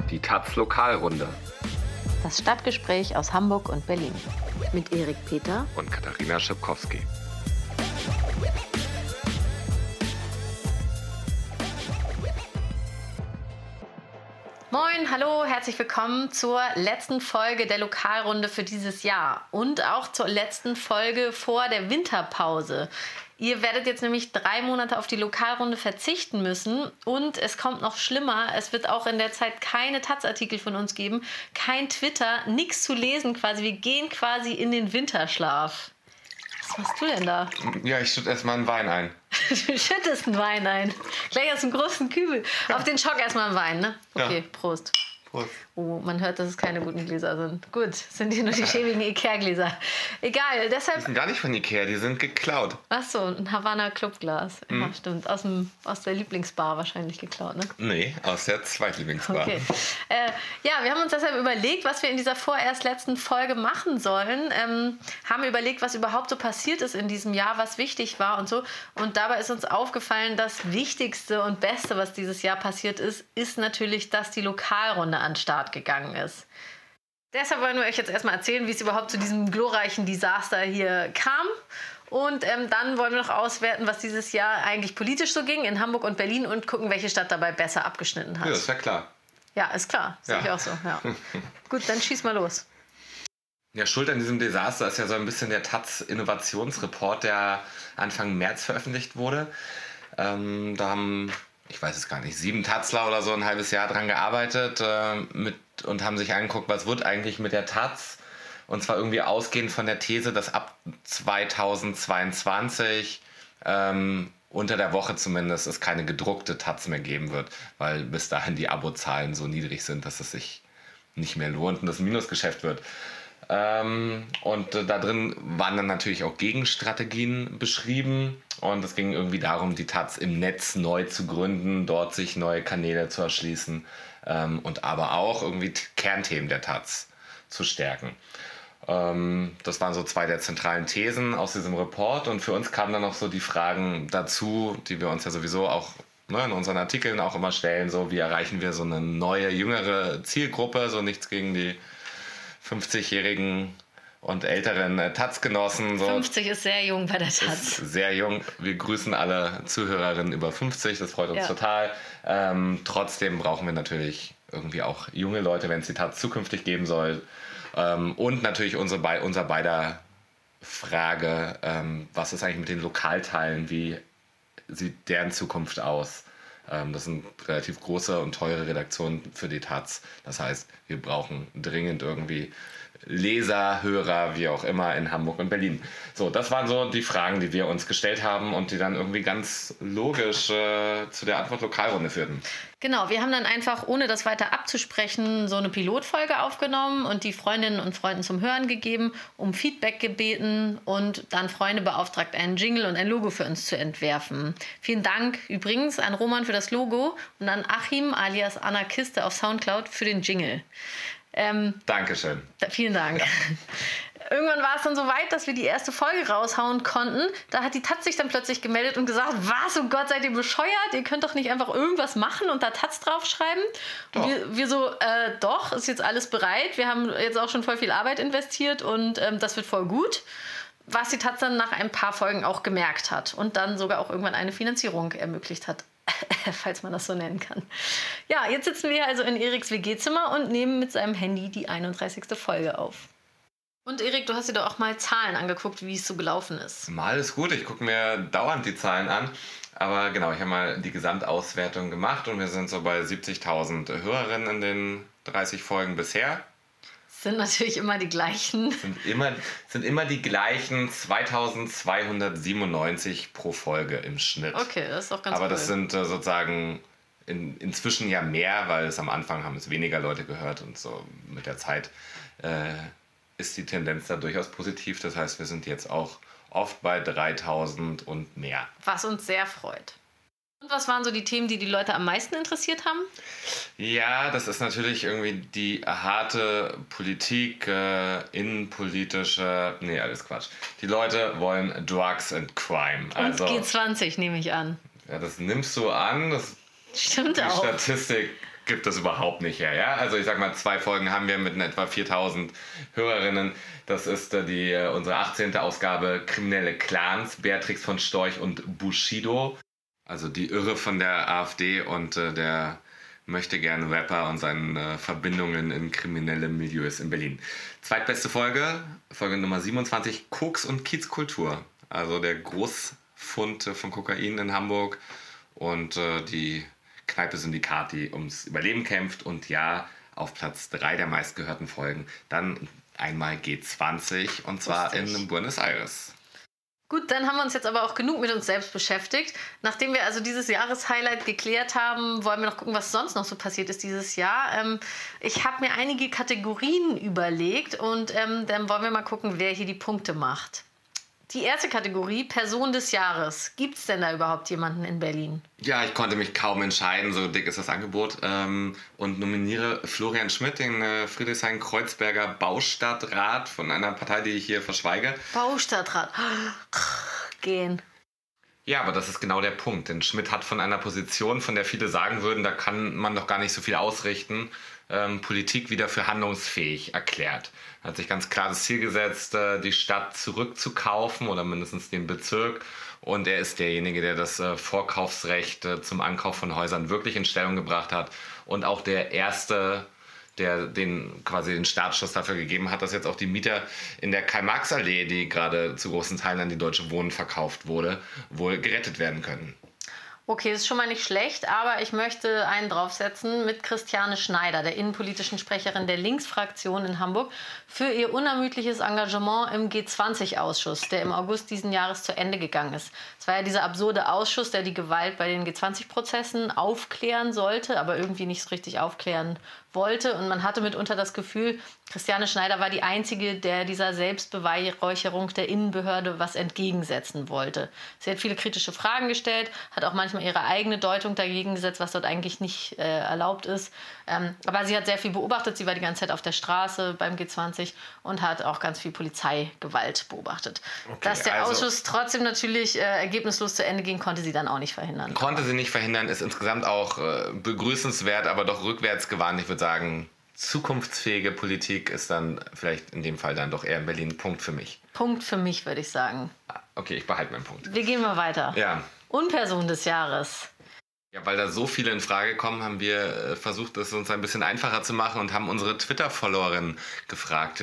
Die taz Lokalrunde. Das Stadtgespräch aus Hamburg und Berlin. Mit Erik Peter und Katharina Schipkowski. Moin, hallo, herzlich willkommen zur letzten Folge der Lokalrunde für dieses Jahr und auch zur letzten Folge vor der Winterpause. Ihr werdet jetzt nämlich 3 Monate auf die Lokalrunde verzichten müssen und es kommt noch schlimmer. Es wird auch in der Zeit keine taz-Artikel von uns geben, kein Twitter, nichts zu lesen quasi. Wir gehen quasi in den Winterschlaf. Was machst du denn da? Ja, ich schütte erstmal einen Wein ein. Du schüttest einen Wein ein. Gleich aus dem großen Kübel. Auf den Schock erstmal einen Wein, ne? Okay, ja. Prost. Prost. Oh, man hört, dass es keine guten Gläser sind. Gut, sind hier nur die schäbigen Ikea-Gläser. Egal, deshalb... Die sind gar nicht von Ikea, die sind geklaut. Ach so, ein Havana Clubglas. Ja, stimmt. Aus der Lieblingsbar wahrscheinlich geklaut, ne? Nee, aus der Zweitlieblingsbar. Okay. Ja, wir haben uns deshalb überlegt, was wir in dieser vorerst letzten Folge machen sollen. Haben überlegt, was überhaupt so passiert ist in diesem Jahr, was wichtig war und so. Und dabei ist uns aufgefallen, das Wichtigste und Beste, was dieses Jahr passiert ist, ist natürlich, dass die Lokalrunde an den Start gegangen ist. Deshalb wollen wir euch jetzt erstmal erzählen, wie es überhaupt zu diesem glorreichen Desaster hier kam. Und dann wollen wir noch auswerten, was dieses Jahr eigentlich politisch so ging in Hamburg und Berlin und gucken, welche Stadt dabei besser abgeschnitten hat. Ja, ist ja klar. Ja, ist klar. Sehe ich auch so. Ja. Gut, dann schieß mal los. Ja, schuld an diesem Desaster ist ja so ein bisschen der taz-Innovationsreport, der Anfang März veröffentlicht wurde. Da haben, ich weiß es gar nicht, 7 Tazler oder so ein halbes Jahr dran gearbeitet und haben sich angeguckt, was wird eigentlich mit der Taz. Und zwar irgendwie ausgehend von der These, dass ab 2022 unter der Woche zumindest es keine gedruckte Taz mehr geben wird, weil bis dahin die Abozahlen so niedrig sind, dass es sich nicht mehr lohnt und das ein Minusgeschäft wird. Und da drin waren dann natürlich auch Gegenstrategien beschrieben und es ging irgendwie darum, die Taz im Netz neu zu gründen, dort sich neue Kanäle zu erschließen und aber auch irgendwie Kernthemen der Taz zu stärken. Das waren so 2 der zentralen Thesen aus diesem Report und für uns kamen dann noch so die Fragen dazu, die wir uns ja sowieso auch in unseren Artikeln auch immer stellen, so wie erreichen wir so eine neue, jüngere Zielgruppe, so nichts gegen die 50-jährigen und älteren Taz-Genossen. So. 50 ist sehr jung bei der Taz. Sehr jung. Wir grüßen alle Zuhörerinnen über 50, das freut uns total. Trotzdem brauchen wir natürlich irgendwie auch junge Leute, wenn es die Taz zukünftig geben soll. Und natürlich unser beider Frage, was ist eigentlich mit den Lokalteilen, wie sieht deren Zukunft aus? Das sind relativ große und teure Redaktionen für die Taz. Das heißt, wir brauchen dringend irgendwie Leser, Hörer, wie auch immer in Hamburg und Berlin. So, das waren so die Fragen, die wir uns gestellt haben und die dann irgendwie ganz logisch zu der Antwort Lokalrunde führten. Genau, wir haben dann einfach, ohne das weiter abzusprechen, so eine Pilotfolge aufgenommen und die Freundinnen und Freunden zum Hören gegeben, um Feedback gebeten und dann Freunde beauftragt, einen Jingle und ein Logo für uns zu entwerfen. Vielen Dank übrigens an Roman für das Logo und an Achim alias Anna Kiste auf Soundcloud für den Jingle. Dankeschön. Vielen Dank. Ja. Irgendwann war es dann so weit, dass wir die erste Folge raushauen konnten. Da hat die Taz sich dann plötzlich gemeldet und gesagt, was, oh Gott, seid ihr bescheuert? Ihr könnt doch nicht einfach irgendwas machen und da Taz draufschreiben. Doch. Und wir so, doch, ist jetzt alles bereit. Wir haben jetzt auch schon voll viel Arbeit investiert und das wird voll gut. Was die Taz dann nach ein paar Folgen auch gemerkt hat und dann sogar auch irgendwann eine Finanzierung ermöglicht hat. Falls man das so nennen kann. Ja, jetzt sitzen wir also in Eriks WG-Zimmer und nehmen mit seinem Handy die 31. Folge auf. Und Erik, du hast dir doch auch mal Zahlen angeguckt, wie es so gelaufen ist. Mal ist gut, ich gucke mir dauernd die Zahlen an. Aber genau, ich habe mal die Gesamtauswertung gemacht und wir sind so bei 70.000 Hörerinnen in den 30 Folgen bisher. Sind natürlich immer die gleichen. Sind immer die gleichen 2297 pro Folge im Schnitt. Okay, das ist auch ganz cool. Aber das sind sozusagen inzwischen ja mehr, weil es am Anfang haben es weniger Leute gehört und so mit der Zeit ist die Tendenz da durchaus positiv. Das heißt, wir sind jetzt auch oft bei 3000 und mehr. Was uns sehr freut. Und was waren so die Themen, die die Leute am meisten interessiert haben? Ja, das ist natürlich irgendwie die harte Politik, innenpolitische... Nee, alles Quatsch. Die Leute wollen Drugs and Crime. Und also, G20 nehme ich an. Ja, das nimmst du an. Stimmt auch. Die Statistik gibt es überhaupt nicht her. Ja? Also ich sag mal, 2 Folgen haben wir mit etwa 4000 Hörerinnen. Das ist unsere 18. Ausgabe Kriminelle Clans, Beatrix von Storch und Bushido. Also die Irre von der AfD und der möchte gerne Rapper und seinen Verbindungen in kriminelle Milieus in Berlin. Zweitbeste Folge, Folge Nummer 27, Koks und Kiezkultur. Also der Großfund von Kokain in Hamburg und die Kneipe Syndikat, die ums Überleben kämpft. Und ja, auf Platz 3 der meistgehörten Folgen dann einmal G20 und zwar in Buenos Aires. Gut, dann haben wir uns jetzt aber auch genug mit uns selbst beschäftigt. Nachdem wir also dieses Jahreshighlight geklärt haben, wollen wir noch gucken, was sonst noch so passiert ist dieses Jahr. Ich habe mir einige Kategorien überlegt und dann wollen wir mal gucken, wer hier die Punkte macht. Die erste Kategorie, Person des Jahres. Gibt es denn da überhaupt jemanden in Berlin? Ja, ich konnte mich kaum entscheiden, so dick ist das Angebot. Und nominiere Florian Schmidt, den Friedrichshain-Kreuzberger Baustadtrat von einer Partei, die ich hier verschweige. Baustadtrat. Gehen. Ja, aber das ist genau der Punkt. Denn Schmidt hat von einer Position, von der viele sagen würden, da kann man doch gar nicht so viel ausrichten, Politik wieder für handlungsfähig erklärt. Er hat sich ganz klar das Ziel gesetzt, die Stadt zurückzukaufen oder mindestens den Bezirk. Und er ist derjenige, der das Vorkaufsrecht zum Ankauf von Häusern wirklich in Stellung gebracht hat. Und auch der Erste, der quasi den Startschuss dafür gegeben hat, dass jetzt auch die Mieter in der Karl-Marx-Allee, die gerade zu großen Teilen an die Deutsche Wohnen verkauft wurde, wohl gerettet werden können. Okay, das ist schon mal nicht schlecht, aber ich möchte einen draufsetzen mit Christiane Schneider, der innenpolitischen Sprecherin der Linksfraktion in Hamburg, für ihr unermüdliches Engagement im G20-Ausschuss, der im August diesen Jahres zu Ende gegangen ist. Es war ja dieser absurde Ausschuss, der die Gewalt bei den G20-Prozessen aufklären sollte, aber irgendwie nicht so richtig aufklären wollte. Und man hatte mitunter das Gefühl, Christiane Schneider war die Einzige, der dieser Selbstbeweihräucherung der Innenbehörde was entgegensetzen wollte. Sie hat viele kritische Fragen gestellt, hat auch manchmal ihre eigene Deutung dagegen gesetzt, was dort eigentlich nicht erlaubt ist. Aber sie hat sehr viel beobachtet. Sie war die ganze Zeit auf der Straße beim G20 und hat auch ganz viel Polizeigewalt beobachtet. Okay, dass der Ausschuss trotzdem natürlich ergebnislos zu Ende ging, konnte sie dann auch nicht verhindern. Konnte sie nicht verhindern, ist insgesamt auch begrüßenswert, aber doch rückwärtsgewandt. Ich würde sagen, zukunftsfähige Politik ist dann vielleicht in dem Fall dann doch eher in Berlin Punkt für mich. Punkt für mich, würde ich sagen. Okay, ich behalte meinen Punkt. Wir gehen mal weiter. Ja. Unperson des Jahres. Ja, weil da so viele in Frage kommen, haben wir versucht, es uns ein bisschen einfacher zu machen und haben unsere Twitter-Followerin gefragt,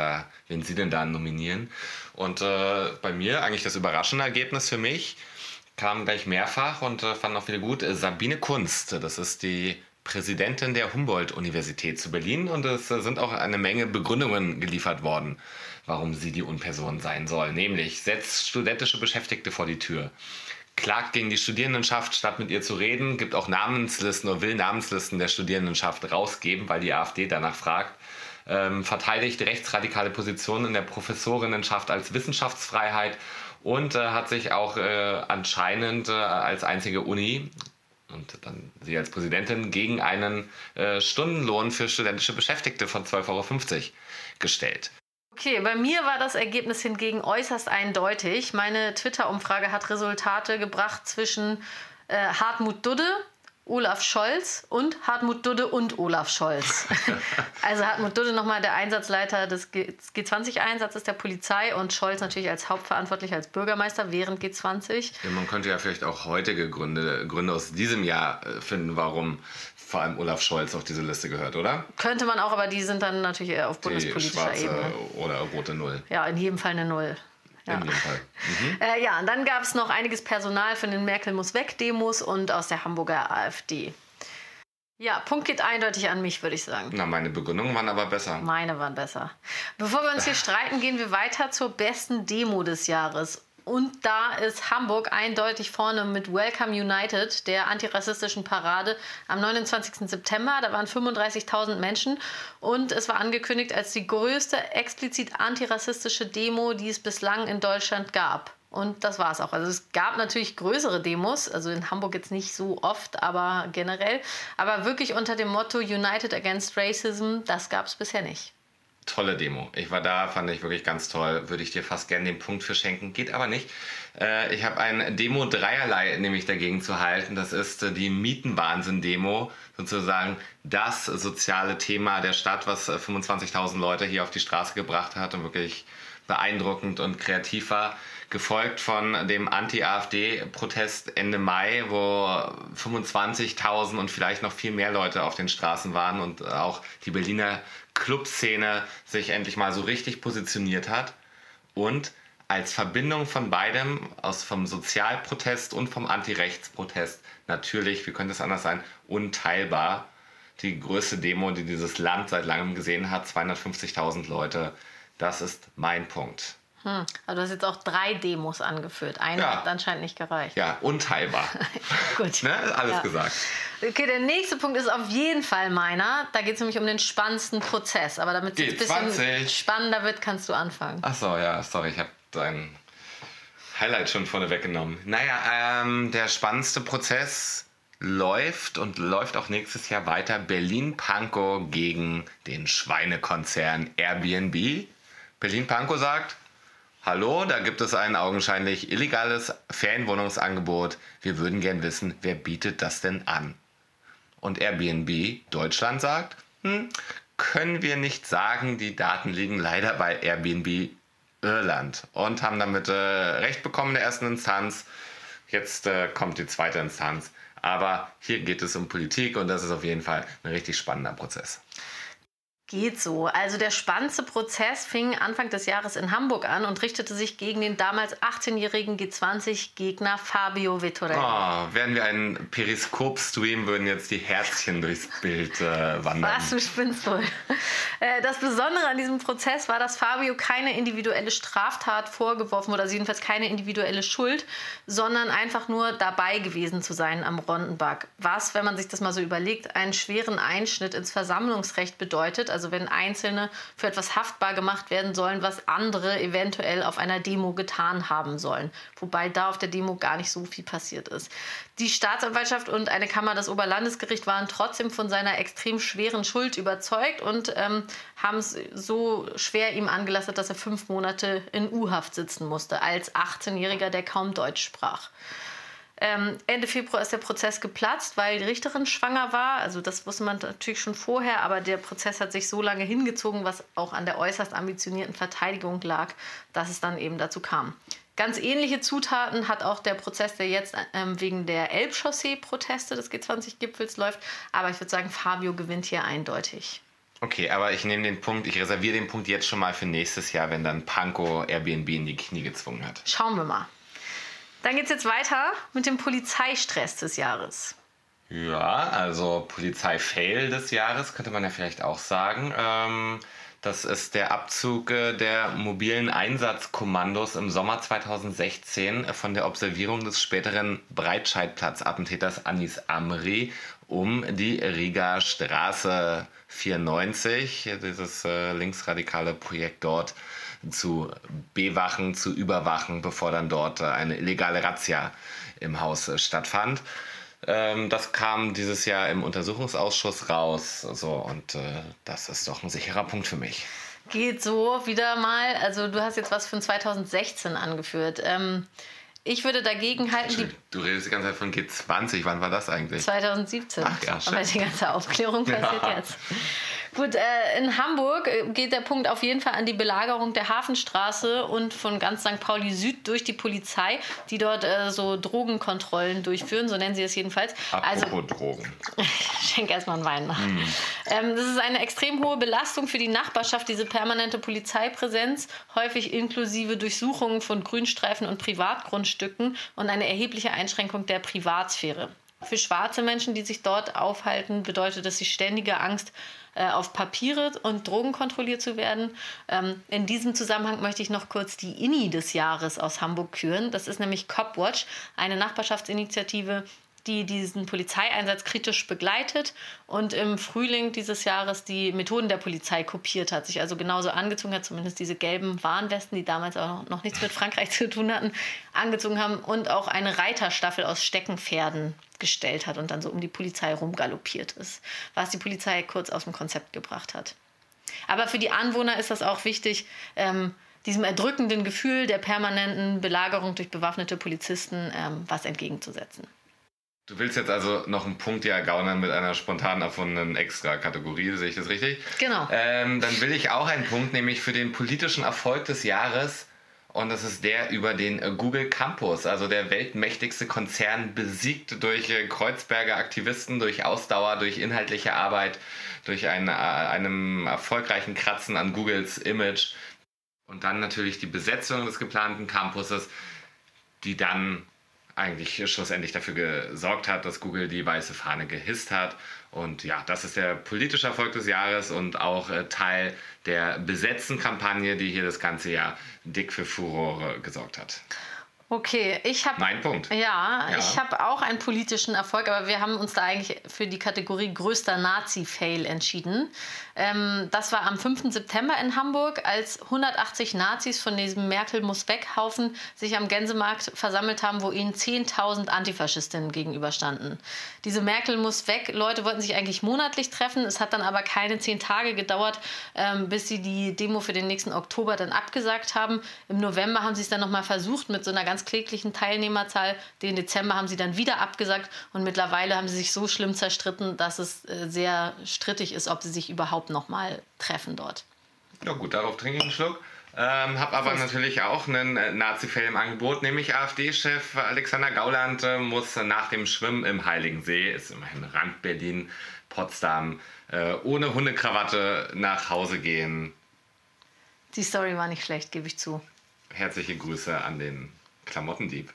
wen sie denn da nominieren. Und bei mir eigentlich das überraschende Ergebnis für mich kam gleich mehrfach und fanden auch viele gut. Sabine Kunst, das ist die Präsidentin der Humboldt-Universität zu Berlin und es sind auch eine Menge Begründungen geliefert worden, warum sie die Unperson sein soll. Nämlich setzt studentische Beschäftigte vor die Tür, klagt gegen die Studierendenschaft, statt mit ihr zu reden, gibt auch Namenslisten oder will Namenslisten der Studierendenschaft rausgeben, weil die AfD danach fragt, verteidigt rechtsradikale Positionen in der Professorinnenschaft als Wissenschaftsfreiheit und hat sich auch anscheinend als einzige Uni und dann sie als Präsidentin gegen einen Stundenlohn für studentische Beschäftigte von 12,50 € gestellt. Okay, bei mir war das Ergebnis hingegen äußerst eindeutig. Meine Twitter-Umfrage hat Resultate gebracht zwischen Hartmut Dudde, Olaf Scholz und Hartmut Dudde und Olaf Scholz. Also Hartmut Dudde nochmal der Einsatzleiter des G20-Einsatzes der Polizei und Scholz natürlich als Hauptverantwortlicher, als Bürgermeister während G20. Ja, man könnte ja vielleicht auch heutige Gründe aus diesem Jahr finden, warum vor allem Olaf Scholz auf diese Liste gehört, oder? Könnte man auch, aber die sind dann natürlich eher auf bundespolitischer Ebene. Oder rote Null. Ja, in jedem Fall eine Null. Ja. In jedem Fall. Ja, und dann gab es noch einiges Personal für den Merkel-muss-weg-Demos und aus der Hamburger AfD. Ja, Punkt geht eindeutig an mich, würde ich sagen. Na, meine Begründungen waren aber besser. Meine waren besser. Bevor wir uns hier streiten, gehen wir weiter zur besten Demo des Jahres. Und da ist Hamburg eindeutig vorne mit Welcome United, der antirassistischen Parade am 29. September. Da waren 35.000 Menschen und es war angekündigt als die größte explizit antirassistische Demo, die es bislang in Deutschland gab. Und das war es auch. Also es gab natürlich größere Demos, also in Hamburg jetzt nicht so oft, aber generell. Aber wirklich unter dem Motto United Against Racism, das gab es bisher nicht. tolle Demo. Ich war da, fand ich wirklich ganz toll. Würde ich dir fast gerne den Punkt für schenken. Geht aber nicht. Ich habe ein Demo dreierlei nämlich dagegen zu halten. Das ist die Mietenwahnsinn-Demo. Sozusagen das soziale Thema der Stadt, was 25.000 Leute hier auf die Straße gebracht hat und wirklich beeindruckend und kreativ war. Gefolgt von dem Anti-AfD-Protest Ende Mai, wo 25.000 und vielleicht noch viel mehr Leute auf den Straßen waren und auch die Berliner Clubszene sich endlich mal so richtig positioniert hat. Und als Verbindung von beidem, vom Sozialprotest und vom Anti-Rechts-Protest, natürlich, wie könnte es anders sein, unteilbar. Die größte Demo, die dieses Land seit langem gesehen hat, 250.000 Leute. Das ist mein Punkt. Also du hast jetzt auch 3 Demos angeführt. Eine hat anscheinend nicht gereicht. Ja, unteilbar. Gut. Ne? Alles gesagt. Okay, der nächste Punkt ist auf jeden Fall meiner. Da geht es nämlich um den spannendsten Prozess. Aber damit es ein bisschen spannender wird, kannst du anfangen. Ach so, ja, sorry, ich habe dein Highlight schon vorne weggenommen. Naja, der spannendste Prozess läuft und läuft auch nächstes Jahr weiter. Berlin-Pankow gegen den Schweinekonzern Airbnb. Berlin-Pankow sagt: Hallo, da gibt es ein augenscheinlich illegales Ferienwohnungsangebot. Wir würden gern wissen, wer bietet das denn an? Und Airbnb Deutschland sagt: können wir nicht sagen, die Daten liegen leider bei Airbnb Irland. Und haben damit Recht bekommen in der ersten Instanz. Jetzt kommt die zweite Instanz. Aber hier geht es um Politik und das ist auf jeden Fall ein richtig spannender Prozess. Geht so. Also der spannendste Prozess fing Anfang des Jahres in Hamburg an und richtete sich gegen den damals 18-jährigen G20-Gegner Fabio Vettorelli. Wären wir ein Periskop-Stream, würden jetzt die Herzchen durchs Bild wandern. Was, du spinnst wohl. Das Besondere an diesem Prozess war, dass Fabio keine individuelle Straftat vorgeworfen wurde, also jedenfalls keine individuelle Schuld, sondern einfach nur dabei gewesen zu sein am Rondenbach. Was, wenn man sich das mal so überlegt, einen schweren Einschnitt ins Versammlungsrecht bedeutet, also wenn Einzelne für etwas haftbar gemacht werden sollen, was andere eventuell auf einer Demo getan haben sollen. Wobei da auf der Demo gar nicht so viel passiert ist. Die Staatsanwaltschaft und eine Kammer des Oberlandesgerichts waren trotzdem von seiner extrem schweren Schuld überzeugt und haben es so schwer ihm angelastet, dass er 5 Monate in U-Haft sitzen musste, als 18-Jähriger, der kaum Deutsch sprach. Ende Februar ist der Prozess geplatzt, weil die Richterin schwanger war. Also das wusste man natürlich schon vorher, aber der Prozess hat sich so lange hingezogen, was auch an der äußerst ambitionierten Verteidigung lag, dass es dann eben dazu kam. Ganz ähnliche Zutaten hat auch der Prozess, der jetzt wegen der Elbchaussee-Proteste des G20-Gipfels läuft. Aber ich würde sagen, Fabio gewinnt hier eindeutig. Okay, aber ich reserviere den Punkt jetzt schon mal für nächstes Jahr, wenn dann Pankow Airbnb in die Knie gezwungen hat. Schauen wir mal. Dann geht es jetzt weiter mit dem Polizeistress des Jahres. Ja, also Polizei-Fail des Jahres könnte man ja vielleicht auch sagen. Das ist der Abzug der mobilen Einsatzkommandos im Sommer 2016 von der Observierung des späteren Breitscheidplatz-Attentäters Anis Amri um die Rigaer Straße 94, dieses linksradikale Projekt dort zu bewachen, zu überwachen, bevor dann dort eine illegale Razzia im Haus stattfand. Das kam dieses Jahr im Untersuchungsausschuss raus, und das ist doch ein sicherer Punkt für mich. Geht so, wieder mal. Also du hast jetzt was von 2016 angeführt. Ich würde dagegen halten... Du redest die ganze Zeit von G20. Wann war das eigentlich? 2017. Ach ja, aber die ganze Aufklärung passiert jetzt. Gut, in Hamburg geht der Punkt auf jeden Fall an die Belagerung der Hafenstraße und von ganz St. Pauli Süd durch die Polizei, die dort so Drogenkontrollen durchführen, so nennen sie es jedenfalls. Apropos Drogen. Ich schenke erstmal einen Wein nach. Das ist eine extrem hohe Belastung für die Nachbarschaft, diese permanente Polizeipräsenz, häufig inklusive Durchsuchungen von Grünstreifen und Privatgrundstücken und eine erhebliche Einschränkung der Privatsphäre. Für schwarze Menschen, die sich dort aufhalten, bedeutet das die ständige Angst, auf Papiere und Drogen kontrolliert zu werden. In diesem Zusammenhang möchte ich noch kurz die INI des Jahres aus Hamburg küren. Das ist nämlich Copwatch, eine Nachbarschaftsinitiative, die diesen Polizeieinsatz kritisch begleitet und im Frühling dieses Jahres die Methoden der Polizei kopiert hat, sich also genauso angezogen hat, zumindest diese gelben Warnwesten, die damals auch noch nichts mit Frankreich zu tun hatten, angezogen haben und auch eine Reiterstaffel aus Steckenpferden gestellt hat und dann so um die Polizei rumgaloppiert ist, was die Polizei kurz aus dem Konzept gebracht hat. Aber für die Anwohner ist das auch wichtig, diesem erdrückenden Gefühl der permanenten Belagerung durch bewaffnete Polizisten was entgegenzusetzen. Du willst jetzt also noch einen Punkt ergaunern mit einer spontan erfundenen Extra-Kategorie, sehe ich das richtig? Genau. Dann will ich auch einen Punkt, nämlich für den politischen Erfolg des Jahres. Und das ist der über den Google Campus, also der weltmächtigste Konzern, besiegt durch Kreuzberger Aktivisten, durch Ausdauer, durch inhaltliche Arbeit, durch einem erfolgreichen Kratzen an Googles Image. Und dann natürlich die Besetzung des geplanten Campuses, die dann eigentlich schlussendlich dafür gesorgt hat, dass Google die weiße Fahne gehisst hat. Und ja, das ist der politische Erfolg des Jahres und auch Teil der Besetzen-Kampagne, die hier das ganze Jahr dick für Furore gesorgt hat. Okay, Mein Punkt. Ja, ich habe auch einen politischen Erfolg, aber wir haben uns da eigentlich für die Kategorie größter Nazi-Fail entschieden. Das war am 5. September in Hamburg, als 180 Nazis von diesem Merkel-muss-weg-Haufen sich am Gänsemarkt versammelt haben, wo ihnen 10.000 Antifaschistinnen gegenüberstanden. Diese Merkel-muss-weg-Leute wollten sich eigentlich monatlich treffen. Es hat dann aber keine 10 Tage gedauert, bis sie die Demo für den nächsten Oktober dann abgesagt haben. Im November haben sie es dann nochmal versucht mit so einer ganz kläglichen Teilnehmerzahl. Den Dezember haben sie dann wieder abgesagt und mittlerweile haben sie sich so schlimm zerstritten, dass es sehr strittig ist, ob sie sich überhaupt noch mal treffen dort. Ja gut, darauf trinke ich einen Schluck. Habe aber natürlich auch einen Nazi-Fail im Angebot, nämlich AfD-Chef Alexander Gauland muss nach dem Schwimmen im Heiligensee, ist immerhin Rand Berlin, Potsdam, ohne Hundekrawatte nach Hause gehen. Die Story war nicht schlecht, gebe ich zu. Herzliche Grüße an den Klamottendieb.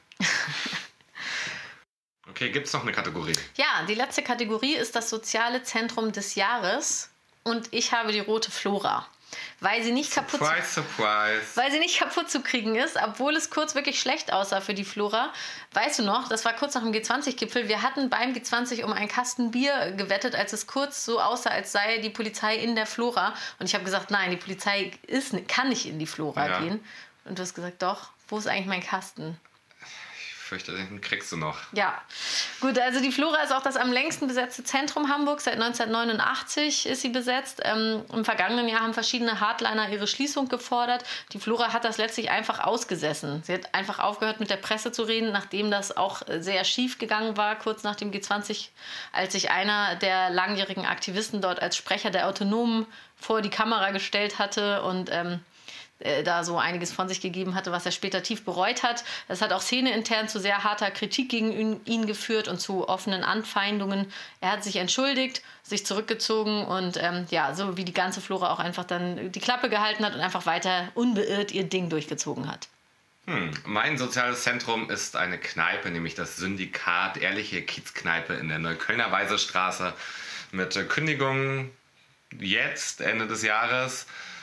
Okay, gibt es noch eine Kategorie? Ja, die letzte Kategorie ist das soziale Zentrum des Jahres. Und ich habe die rote Flora. Weil sie nicht surprise. Weil sie nicht kaputt zu kriegen ist, obwohl es kurz wirklich schlecht aussah für die Flora. Weißt du noch, das war kurz nach dem G20-Gipfel. Wir hatten beim G20 um einen Kasten Bier gewettet, als es kurz so aussah, als sei die Polizei in der Flora. Und ich habe gesagt, nein, die Polizei kann nicht in die Flora gehen. Und du hast gesagt, doch, wo ist eigentlich mein Kasten? Ich fürchte, den kriegst du noch. Ja, gut, also die Flora ist auch das am längsten besetzte Zentrum Hamburgs. Seit 1989 ist sie besetzt. Im vergangenen Jahr haben verschiedene Hardliner ihre Schließung gefordert. Die Flora hat das letztlich einfach ausgesessen. Sie hat einfach aufgehört, mit der Presse zu reden, nachdem das auch sehr schief gegangen war, kurz nach dem G20, als sich einer der langjährigen Aktivisten dort als Sprecher der Autonomen vor die Kamera gestellt hatte und da so einiges von sich gegeben hatte, was er später tief bereut hat. Das hat auch szeneintern zu sehr harter Kritik gegen ihn geführt und zu offenen Anfeindungen. Er hat sich entschuldigt, sich zurückgezogen und so wie die ganze Flora auch einfach dann die Klappe gehalten hat und einfach weiter unbeirrt ihr Ding durchgezogen hat. Mein soziales Zentrum ist eine Kneipe, nämlich das Syndikat, ehrliche Kiezkneipe in der Neuköllner Weisestraße mit Kündigung jetzt, Ende des Jahres.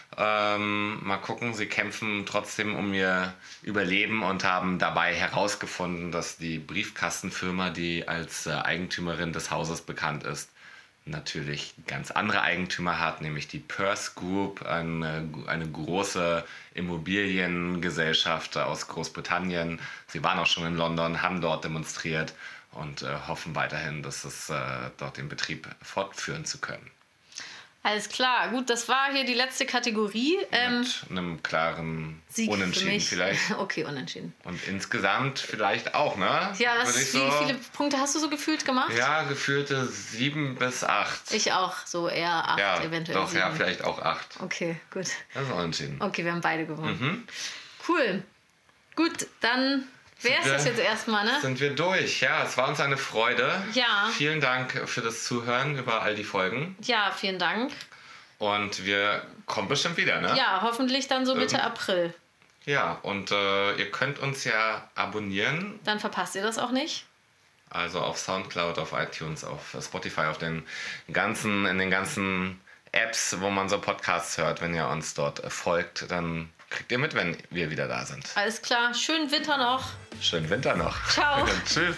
Mal gucken, sie kämpfen trotzdem um ihr Überleben und haben dabei herausgefunden, dass die Briefkastenfirma, die als Eigentümerin des Hauses bekannt ist, natürlich ganz andere Eigentümer hat, nämlich die Purse Group, eine große Immobiliengesellschaft aus Großbritannien. Sie waren auch schon in London, haben dort demonstriert und hoffen weiterhin, dass es dort den Betrieb fortführen zu können. Alles klar, gut, das war hier die letzte Kategorie. Mit einem klaren Sieg Unentschieden vielleicht. Okay, Unentschieden. Und insgesamt vielleicht auch, ne? Ja, wie viele Punkte hast du so gefühlt gemacht? Ja, gefühlte 7 bis 8. Ich auch, so eher 8 ja, eventuell. Doch, 7. ja, vielleicht auch 8. Okay, gut. Das ist Unentschieden. Okay, wir haben beide gewonnen. Cool. Gut, dann wäre es das jetzt erstmal, ne? Sind wir durch. Ja, es war uns eine Freude. Ja. Vielen Dank für das Zuhören über all die Folgen. Ja, vielen Dank. Und wir kommen bestimmt wieder, ne? Ja, hoffentlich dann so Mitte April. Ja, und ihr könnt uns ja abonnieren. Dann verpasst ihr das auch nicht. Also auf Soundcloud, auf iTunes, auf Spotify, in den ganzen Apps, wo man so Podcasts hört. Wenn ihr uns dort folgt, dann kriegt ihr mit, wenn wir wieder da sind. Alles klar. Schönen Winter noch. Schönen Winter noch. Ciao. Tschüss.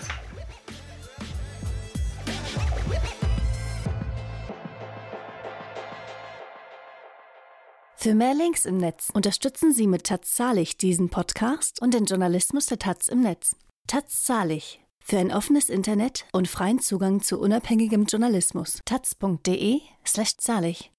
Für mehr Links im Netz unterstützen Sie mit Taz Zahlig diesen Podcast und den Journalismus der Taz im Netz. Taz Zahlig. Für ein offenes Internet und freien Zugang zu unabhängigem Journalismus. taz.de/zahlig